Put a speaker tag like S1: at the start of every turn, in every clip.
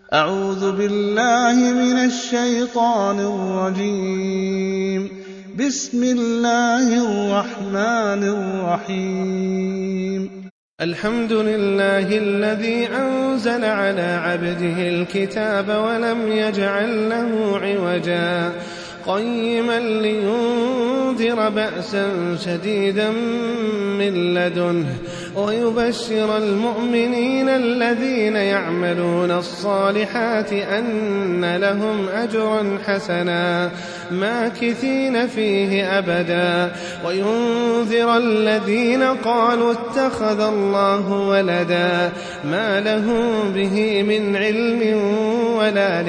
S1: أعوذ بالله من الشيطان الرجيم. بسم الله الرحمن الرحيم.
S2: الحمد لله الذي أنزل على عبده الكتاب ولم يجعل له عوجا قيما لينذر بأسا شديدا من لدنه ويبشر المؤمنين الذين يعملون الصالحات أن لهم أجرا حسنا ماكثين فيه أبدا وينذر الذين قالوا اتخذ الله ولدا ما لهم به من علم ولا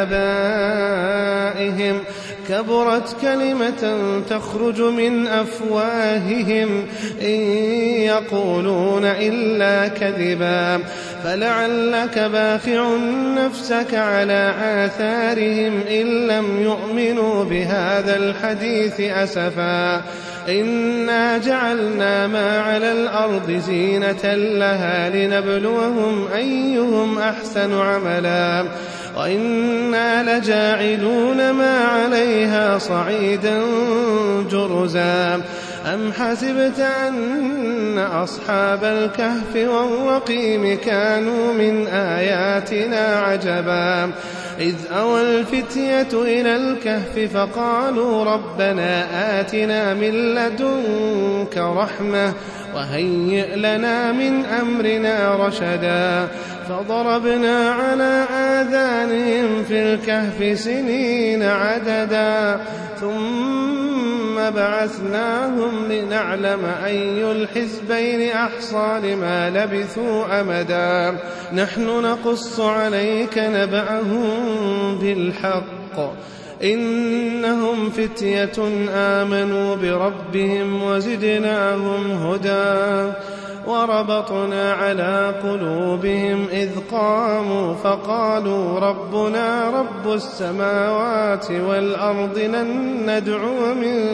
S2: لآبائهم كبرت كلمة تخرج من أفواههم إن يقولون إلا كذبا فلعلك باخع نفسك على آثارهم إن لم يؤمنوا بهذا الحديث أسفا إنا جعلنا ما على الأرض زينة لها لنبلوهم أيهم أحسن عملا وإنا لجاعلون ما عليها صعيدا جرزا أم حسبت أن أصحاب الكهف والرقيم كانوا من آياتنا عجبا إذ أوى الفتية إلى الكهف فقالوا ربنا آتنا من لدنك رحمة وهيئ لنا من أمرنا رشدا فضربنا على آذانهم في الكهف سنين عددا ثم بعثناهم لنعلم أي الحزبين أحصى لما لبثوا أمدا نحن نقص عليك نبأهم بالحق إنهم فتية آمنوا بربهم وزدناهم هدى وربطنا على قلوبهم إذ قاموا فقالوا ربنا رب السماوات والأرض لن ندعو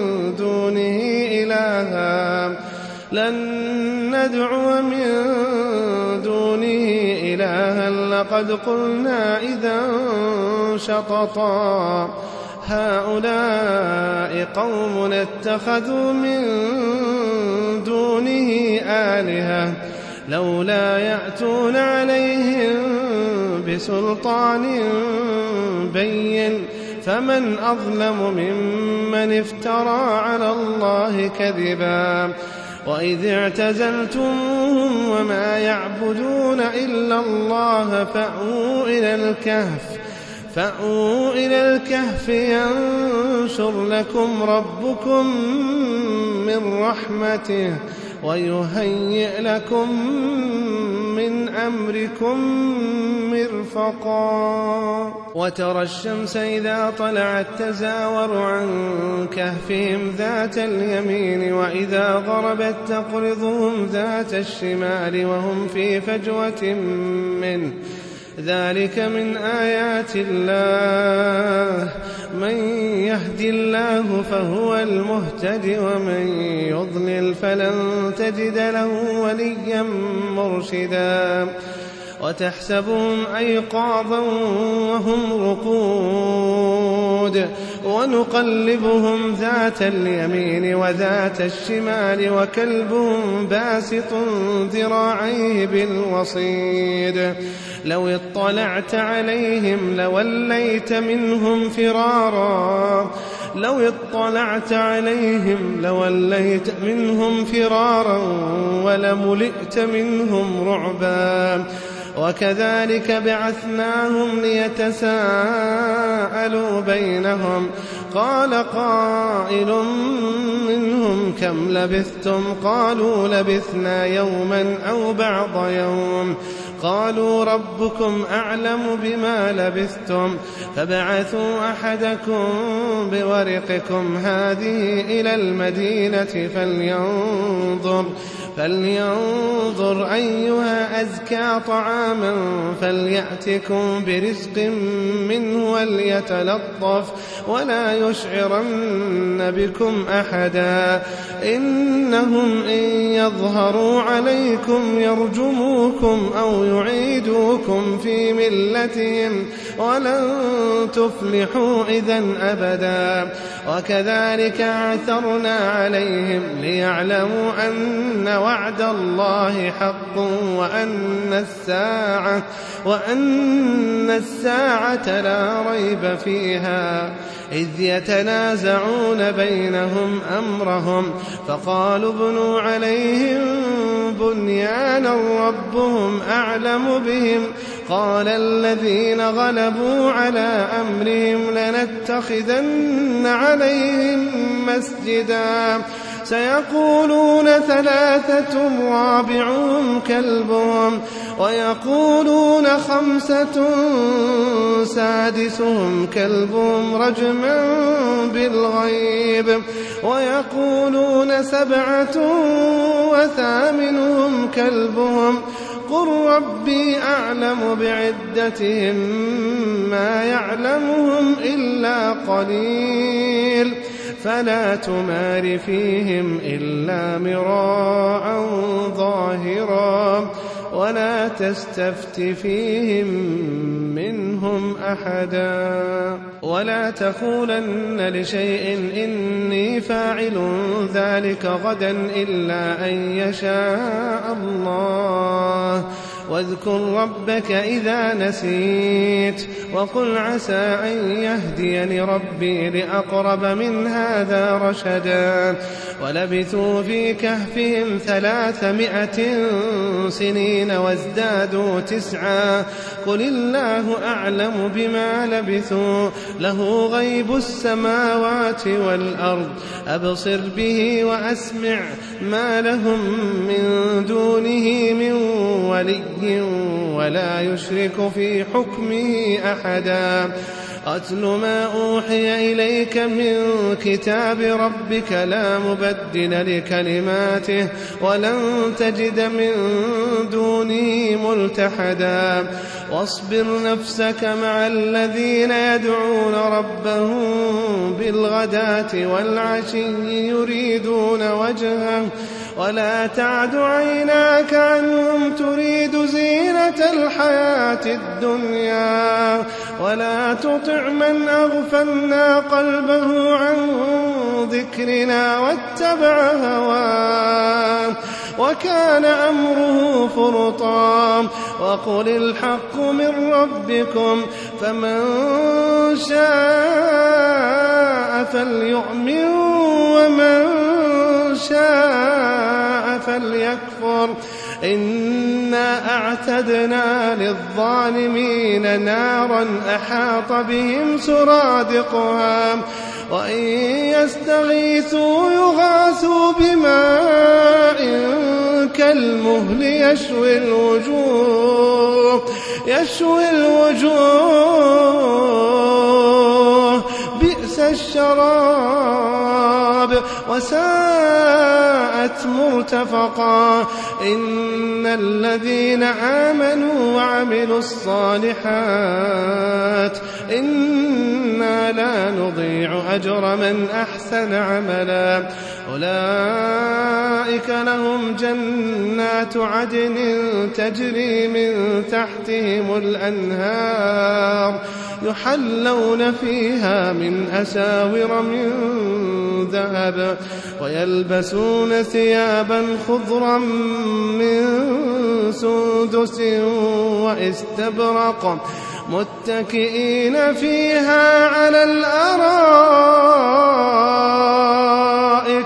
S2: من دونه إلها لقد قلنا إذا شططا هؤلاء قوم اتخذوا من دونه آلهة لولا يأتون عليهم بسلطان بين فمن أظلم ممن افترى على الله كذبا وإذ اعتزلتموهم وما يعبدون إلا الله فأووا إلى الكهف ينشر لكم ربكم من رحمته ويهيئ لكم من أمركم مرفقا وترى الشمس إذا طلعت تزاور عن كهفهم ذات اليمين وإذا غربت تقرضهم ذات الشمال وهم في فجوة منه ذلك من آيات الله من يهد الله فهو المهتد ومن يضلل فلن تجد له وليا مرشدا وتحسبهم أيقاظا وهم رقود ونقلبهم ذات اليمين وذات الشمال وكلبهم باسط ذراعيه بالوصيد لو اطلعت عليهم لوليت منهم فرارا ولملئت منهم رعبا وكذلك بعثناهم ليتساءلوا بينهم قال قائل منهم كم لبثتم قالوا لبثنا يوما أو بعض يوم قالوا ربكم أعلم بما لبثتم فبعثوا أحدكم بورقكم هذه إلى المدينة فلينظر أيها أزكى طعاما فليأتكم برزق منه وليتلطف ولا يشعرن بكم أحدا إنهم إن يظهروا عليكم يرجموكم أو يعيدوكم في ملتهم ولن تفلحوا إذن أبدا. وكذلك أعثرنا عليهم ليعلموا أن وعد الله حق وأن الساعة لا ريب فيها، إذ يتنازعون بينهم أمرهم فقالوا ابنوا عليهم بنيانا ربهم أعلم بهم. قال الذين غلبوا على أمرهم لنتخذن عليهم مسجدا سيقولون 3 رابعهم كلبهم ويقولون 5 سادسهم كلبهم رجما بالغيب ويقولون 7 وثامنهم كلبهم قل ربي أعلم بعدتهم ما يعلمهم إلا قليل فلا تمار فيهم إلا مراء ظاهرا ولا تستفت فيهم منهم أحدا ولا تقولن لشيء إني فاعل ذلك غدا إلا أن يشاء الله واذكر ربك إذا نسيت وقل عسى أن يهديني ربي لأقرب من هذا رشدا. ولبثوا في كهفهم 300 سنين وازدادوا 9 قل الله أعلم بما لبثوا له غيب السماوات والأرض أبصر به وأسمع ما لهم من دونه من ولي ولا يشرك في حكمه أحدا. أتل ما أوحي إليك من كتاب ربك لا مبدل لكلماته ولن تجد من دونه ملتحدا. واصبر نفسك مع الذين يدعون ربهم بالغداة والعشي يريدون وجهه ولا تعد عيناك عنهم تريد زينة الحياة الدنيا ولا تطع من أغفلنا قلبه عن ذكرنا واتبع هواه وكان أمره فرطا. وقل الحق من ربكم فمن شاء فليؤمن ومن شاء فليكفر إنا أعتدنا للظالمين نارا أحاط بهم سرادقها وإن يستغيثوا يغاثوا بماء كالمهل يشوي الوجوه بئس الشراب وساءت مرتفقا. إن الذين آمنوا وعملوا الصالحات إنا لا نضيع أجر من أحسن عملا أولئك لهم جنات عدن تجري من تحتهم الأنهار يحلون فيها من أساور من ذهب ويلبسون ثيابا خضرا من سندس واستبرق متكئين فيها على الأرائك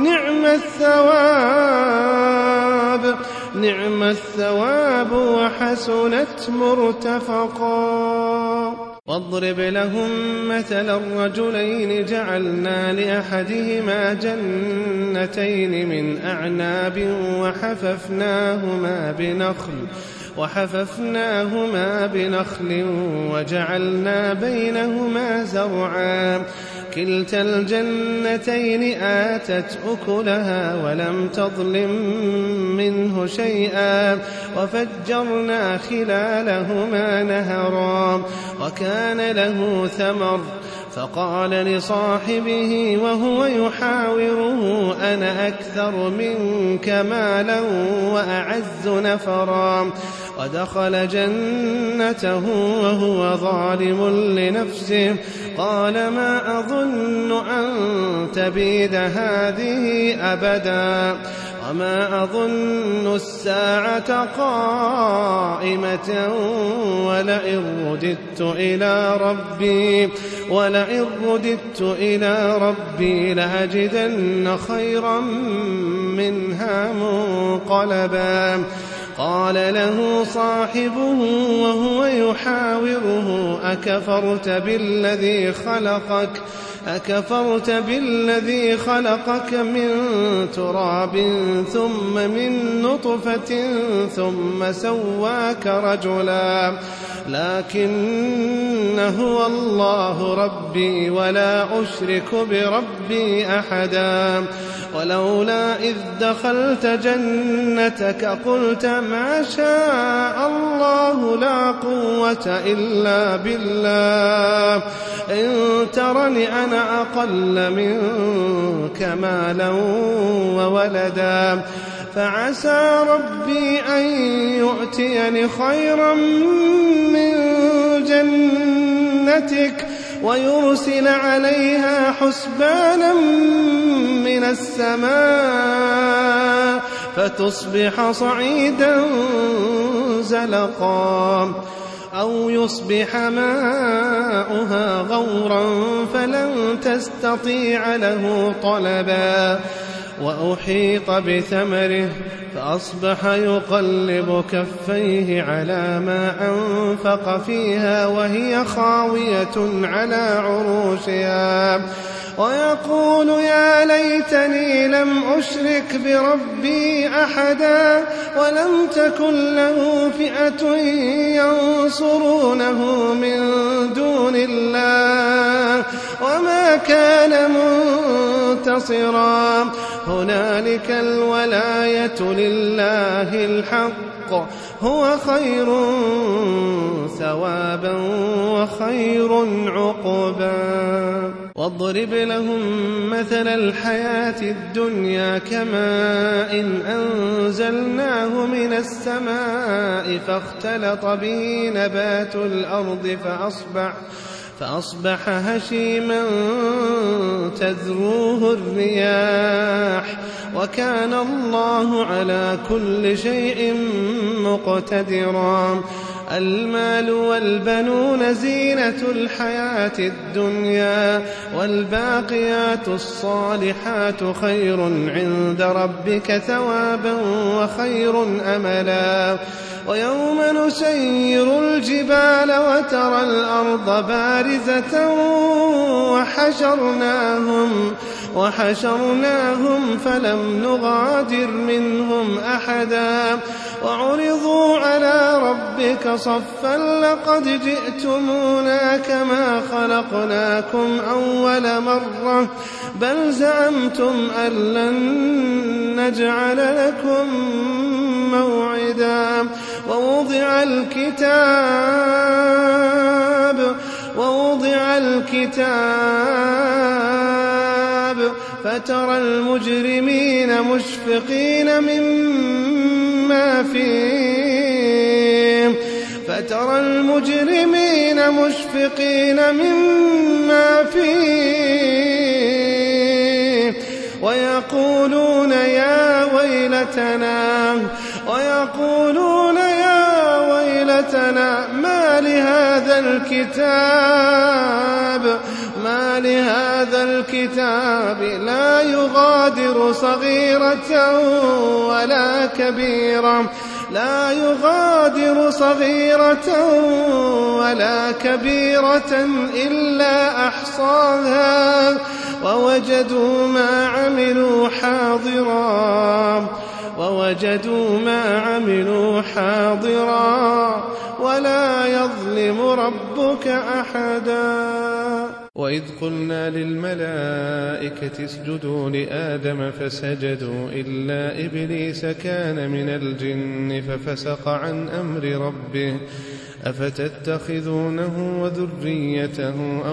S2: نعم الثواب وحسنت مرتفقا. واضرب لهم مثل الرجلين جعلنا لأحدهما جنتين من أعناب وحففناهما بنخل وجعلنا بينهما زرعا كلتا الجنتين آتت أكلها ولم تظلم منه شيئا وفجرنا خلالهما نهرا وكان له ثمر فقال لصاحبه وهو يحاوره أنا أكثر منك مالا وأعز نفرا ودخل جنته وهو ظالم لنفسه قال ما أظن أن تبيد هذه أبدا وما أظن الساعة قائمة ولئن رددت إلى ربي لأجدن خيرا منها منقلبا قال له صاحبه وهو يحاوره أكفرت بالذي خلقك من تراب ثم من نطفة ثم سواك رجلا لكن هو الله ربي ولا أشرك بربي أحدا ولولا إذ دخلت جنتك قلت ما شاء الله لا قوة إلا بالله إن ترني أنا أقل منك مالا وولدا فعسى ربي أن يؤتيني خيرا من جنتك ويرسل عليها حسبانا من السماء فتصبح صعيدا زلقا أو يصبح ماؤها غورا فلن تستطيع له طلبا وأحيط بثمره فأصبح يقلب كفيه على ما أنفق فيها وهي خاوية على عروشها ويقول يا ليتني لم أشرك بربي أحدا ولم تكن له فئة ينصرونه من دون الله وما كان منتصرا هنالك الولاية لله الحق هو خير ثوابا وخير عقبا واضرب لهم مثل الحياة الدنيا كماء أنزلناه من السماء فاختلط به نبات الأرض فأصبح هشيما تذروه الرياح وكان الله على كل شيء مقتدرا المال والبنون زينة الحياة الدنيا والباقيات الصالحات خير عند ربك ثوابا وخير أملا ويوم نسير الجبال وترى الأرض بارزة وحشرناهم فلم نغادر منهم أحدا وعرضوا على ربك صفا لقد جئتمونا كما خلقناكم أول مرة بل زعمتم أن لن نجعل لكم موعدا ووضع الكتاب فترى المجرمين مشفقين مما فيه ويقولون يا ويلتنا ما لهذا الكتاب لا يغادر صغيرة ولا كبيرة إلا أحصاها ووجدوا ما عملوا حاضرا ولا يظلم ربك أحدا وإذ قلنا للملائكة اسجدوا لآدم فسجدوا إلا إبليس كان من الجن ففسق عن أمر ربه أفتتخذونه وذريته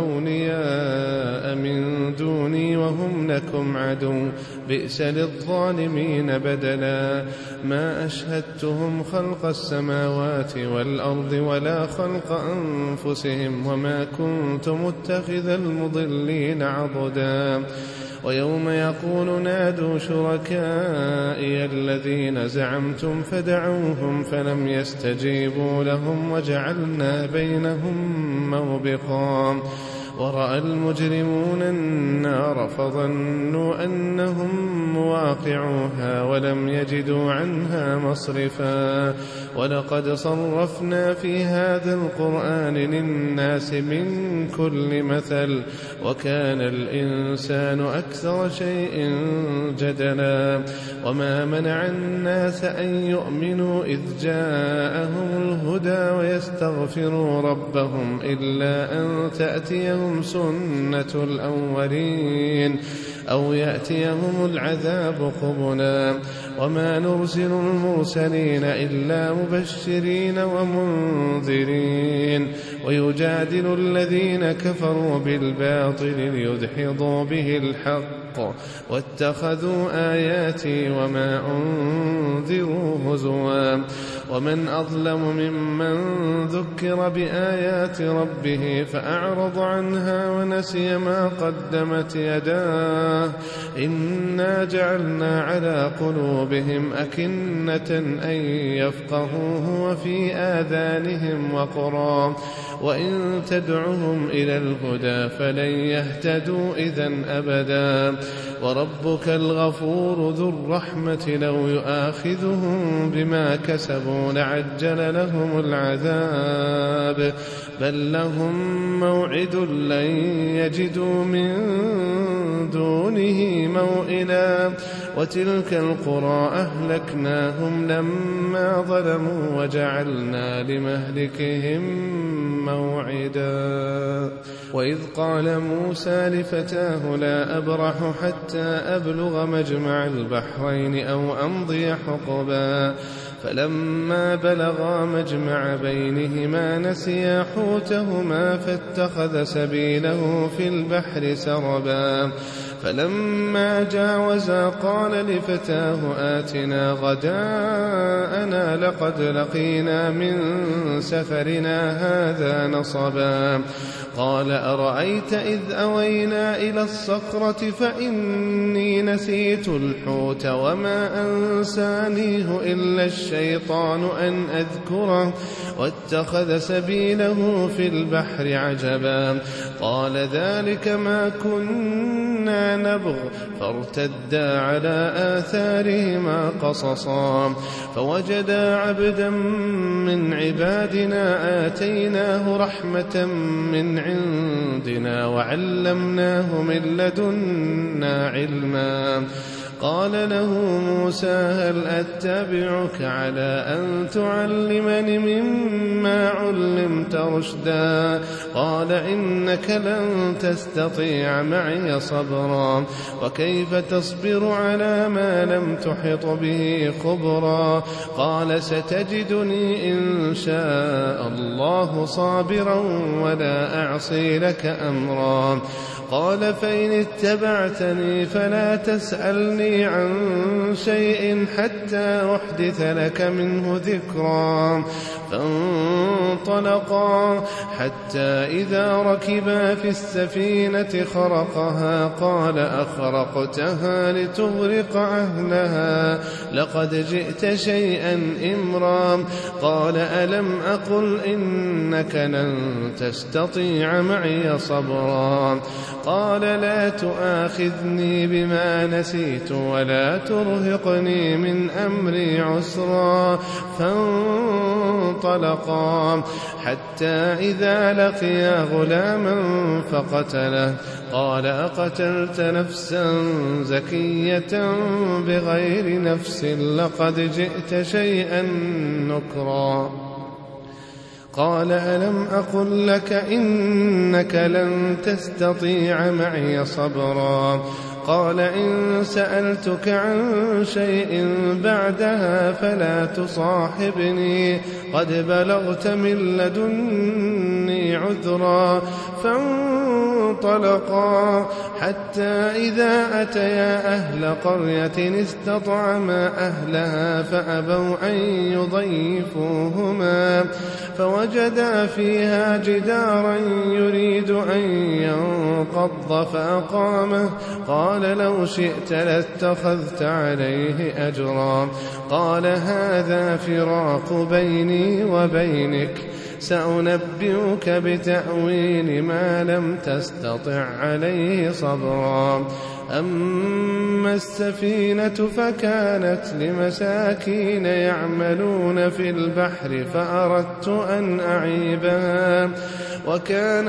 S2: أولياء من دوني وهم لكم عدو بئس للظالمين بدلا ما أشهدتهم خلق السماوات والأرض ولا خلق أنفسهم وما كنت متخذ المضلين عضدا ويوم يقول نادوا شركائي الذين زعمتم فدعوهم فلم يستجيبوا لهم وجعلنا بينهم موبقا ورأى المجرمون النار فظنوا أنهم مواقعوها ولم يجدوا عنها مصرفا ولقد صرفنا في هذا القرآن للناس من كل مثل وكان الإنسان أكثر شيء جدلا وما منع الناس أن يؤمنوا إذ جاءهم الهدى ويستغفروا ربهم إلا أن تأتيهم سنة الأولين أو يأتيهم العذاب قبلا وما نرسل المرسلين إلا مبشرين ومنذرين ويجادل الذين كفروا بالباطل ليدحضوا به الحق واتخذوا آياتي وما أنذروا هزوا ومن أظلم ممن ذكر بآيات ربه فأعرض عنها ونسي ما قدمت يداه إنا جعلنا على قلوبهم أكنة أن يفقهوه وفي آذانهم وقرا وإن تدعهم إلى الهدى فلن يهتدوا إذن أبدا وربك الغفور ذو الرحمة لو يؤاخذهم بما كسبوا لعجل لهم العذاب بل لهم موعد لن يجدوا من دونه موئلا وتلك القرى أهلكناهم لما ظلموا وجعلنا لمهلكهم موعدا وإذ قال موسى لفتاه لا أبرح حتى أبلغ مجمع البحرين أو أمضي حقبا فلما بلغا مجمع بينهما نسيا حوتهما فاتخذ سبيله في البحر سربا فلما جاوزا قال لفتاه آتنا غداءنا لقد لقينا من سفرنا هذا نصبا قال أرأيت إذ أوينا إلى الصخرة فإني نسيت الحوت وما أنسانيه إلا الشيطان أن أذكره واتخذ سبيله في البحر عجبا قال ذلك ما كنا نبغ فارتدا على آثارهما قصصا فوجدا عبدا من عبادنا آتيناه رحمة من عندنا وعلمناه من لدنا علما قال له موسى هل أتبعك على أن تعلمني مما علمت رشدا قال إنك لن تستطيع معي صبرا وكيف تصبر على ما لم تحط به خبرا قال ستجدني إن شاء الله صابرا ولا أعصي لك أمرا قال فإن اتبعتني فلا تسألني عن شيء حتى أحدث لك منه ذكرا فانطلقا حتى إذا ركبا في السفينة خرقها قال أخرقتها لتغرق أهلها لقد جئت شيئا إمرا قال ألم أقل إنك لن تستطيع معي صبرا قال لا تؤاخذني بما نسيت ولا ترهقني من أمري عسرا فانطلقا حتى إذا لقيا غلاما فقتله قال أقتلت نفسا زكية بغير نفس لقد جئت شيئا نكرا قال ألم أقل لك إنك لن تستطيع معي صبرا قال إن سألتك عن شيء بعدها فلا تصاحبني قد بلغت من لدني عذرا. فانطلقا حتى إذا أتيا أهل قرية استطعما أهلها فأبوا أن يضيفوهما فوجدا فيها جدارا يريد أن ينقض فأقامه. قال لو شئت لاتخذت عليه أجرا. قال هذا فراق بيني وبينك سأنبئك بتأويل ما لم تستطع عليه صبرا. أما السفينة فكانت لمساكين يعملون في البحر فأردت أن أعيبها وكان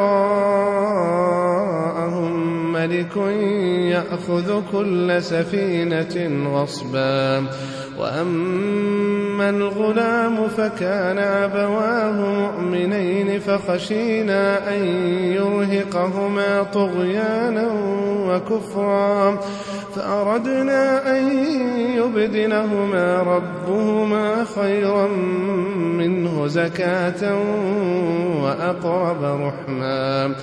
S2: وراءهم ملك يأخذ كل سفينة غصبا. وأما الغلام فكان أبواه مؤمنين فخشينا أن يرهقهما طغيانا وكفرا فأردنا أن يبدلهما ربهما خيرا منه زكاة وأقرب رحما.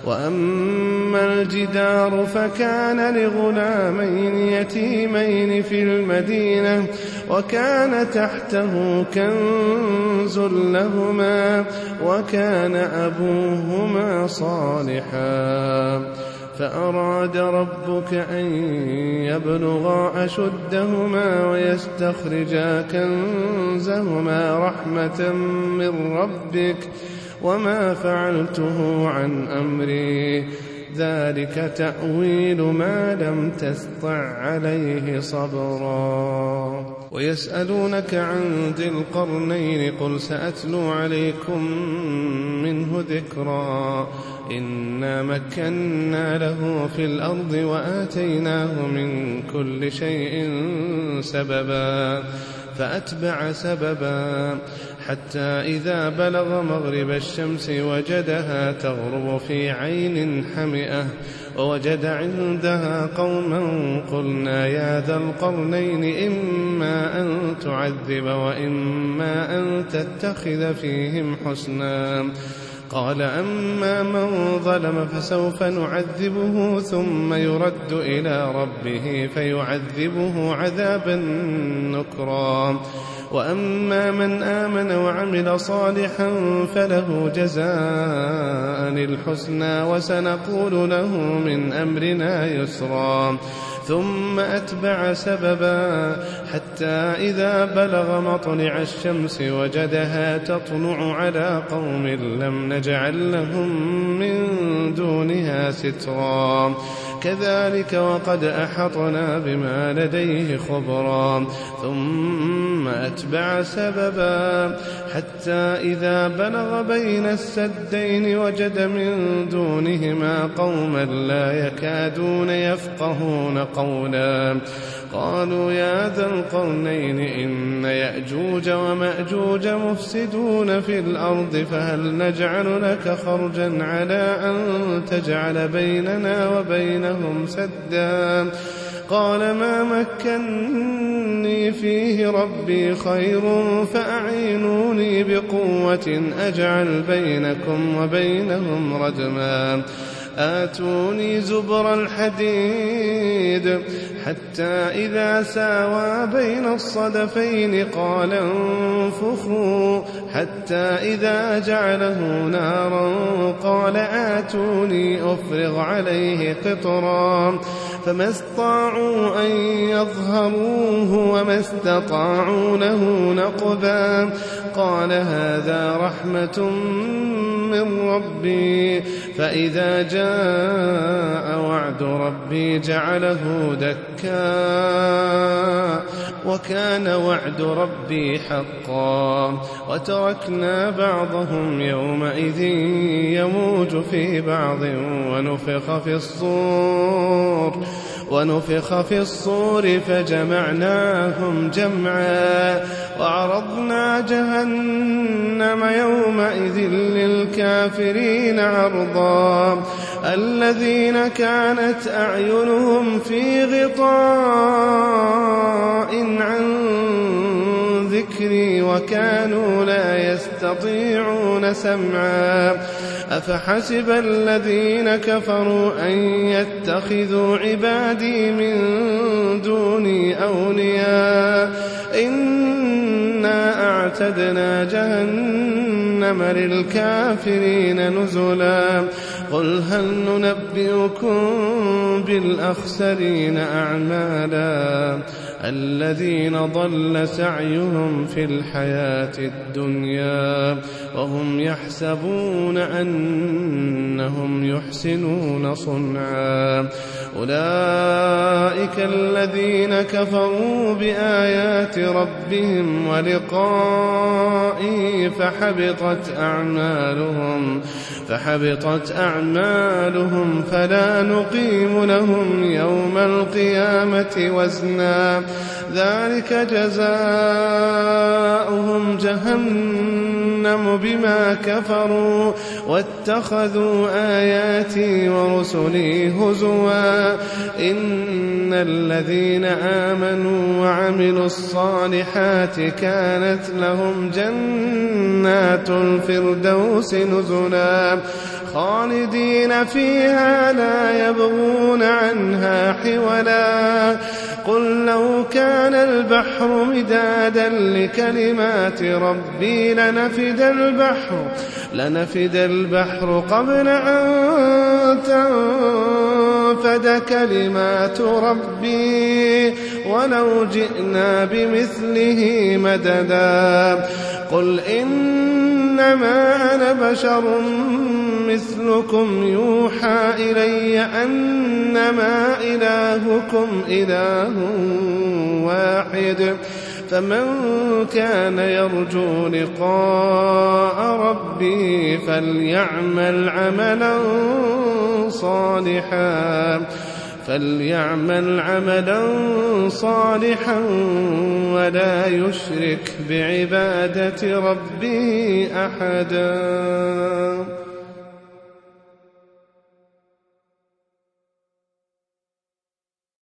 S2: وأما الجدار فكان لغلامين يتيمين في المدينة وكان تحته كنز لهما وكان أبوهما صالحا فأراد ربك أن يبلغا أشدهما ويستخرجا كنزهما رحمة من ربك وما فعلته عن أمري ذلك تأويل ما لم تستطع عليه صبرا. ويسألونك عن ذي القرنين قل سأتلو عليكم منه ذكرا. إنا مكنا له في الأرض وآتيناه من كل شيء سببا فأتبع سببا حتى إذا بلغ مغرب الشمس وجدها تغرب في عين حمئة ووجد عندها قوما قلنا يا ذا القرنين إما أن تعذب وإما أن تتخذ فيهم حسنا. قال أما من ظلم فسوف نعذبه ثم يرد إلى ربه فيعذبه عذابا نكرا. وأما من آمن وعمل صالحا فله جزاء الحسنى وسنقول له من أمرنا يسرا. ثم أتبع سببا حتى إذا بلغ مطلع الشمس وجدها تطلع على قوم لم نجعل لهم من دونها سترا. كذلك وقد أحطنا بما لديه خبرا. ثم أتبع سببا حتى إذا بلغ بين السدين وجد من دونهما قوما لا يكادون يفقهون قولا. قالوا يا ذا القرنين إن يأجوج ومأجوج مفسدون في الأرض فهل نجعل لك خرجا على أن تجعل بيننا وبينهم سدا. قال ما مكني فيه ربي خير فأعينوني بقوة أجعل بينكم وبينهم ردما. آتوني زبر الحديد حتى إذا ساوى بين الصدفين قال انفخوا حتى إذا جعله نارا قال آتوني أفرغ عليه قطرا. فما استطاعوا أن يظهروه وما استطاعوا له نقبا. قال هذا رحمة من ربي فإذا جاء وعد ربي جعله دكا وكان وعد ربي حقا. وتركنا بعضهم يومئذ يموج في بعض ونفخ في الصور فجمعناهم جمعا. وعرضنا جهنم يومئذ للكافرين عرضا. الذين كانت أعينهم في غطاء عن ذكري وكانوا لا يستطيعون سمعا أفحسب الذين كفروا أن يتخذوا عبادي من دوني أولياء إنا أعتدنا جهنم للكافرين نزلا قل هل ننبئكم بالأخسرين أعمالا الذين ضل سعيهم في الحياة الدنيا وهم يحسبون أنهم يحسنون صنعا أولئك الذين كفروا بآيات ربهم ولقائه فحبطت أعمالهم فلا نقيم لهم يوم القيامة وزنا ذلك جزاؤهم جهنم بما كفروا واتخذوا آياتي ورسلي هزوا إن الذين آمنوا وعملوا الصالحات كانت لهم جنات الفردوس نزلا خالدين فيها لا يبغون عنها حولا قل لو كان البحر مدادا لكلمات ربي لنفد البحر قبل أن تنفد كلمات ربي ولو جئنا بمثله مددا قل إنما أنا بشر مثلكم يوحى إلي أنما إلهكم إله واحد فمن كان يرجو لقاء ربه فليعمل عملا صالحا ولا يشرك بعبادة ربه أحدا.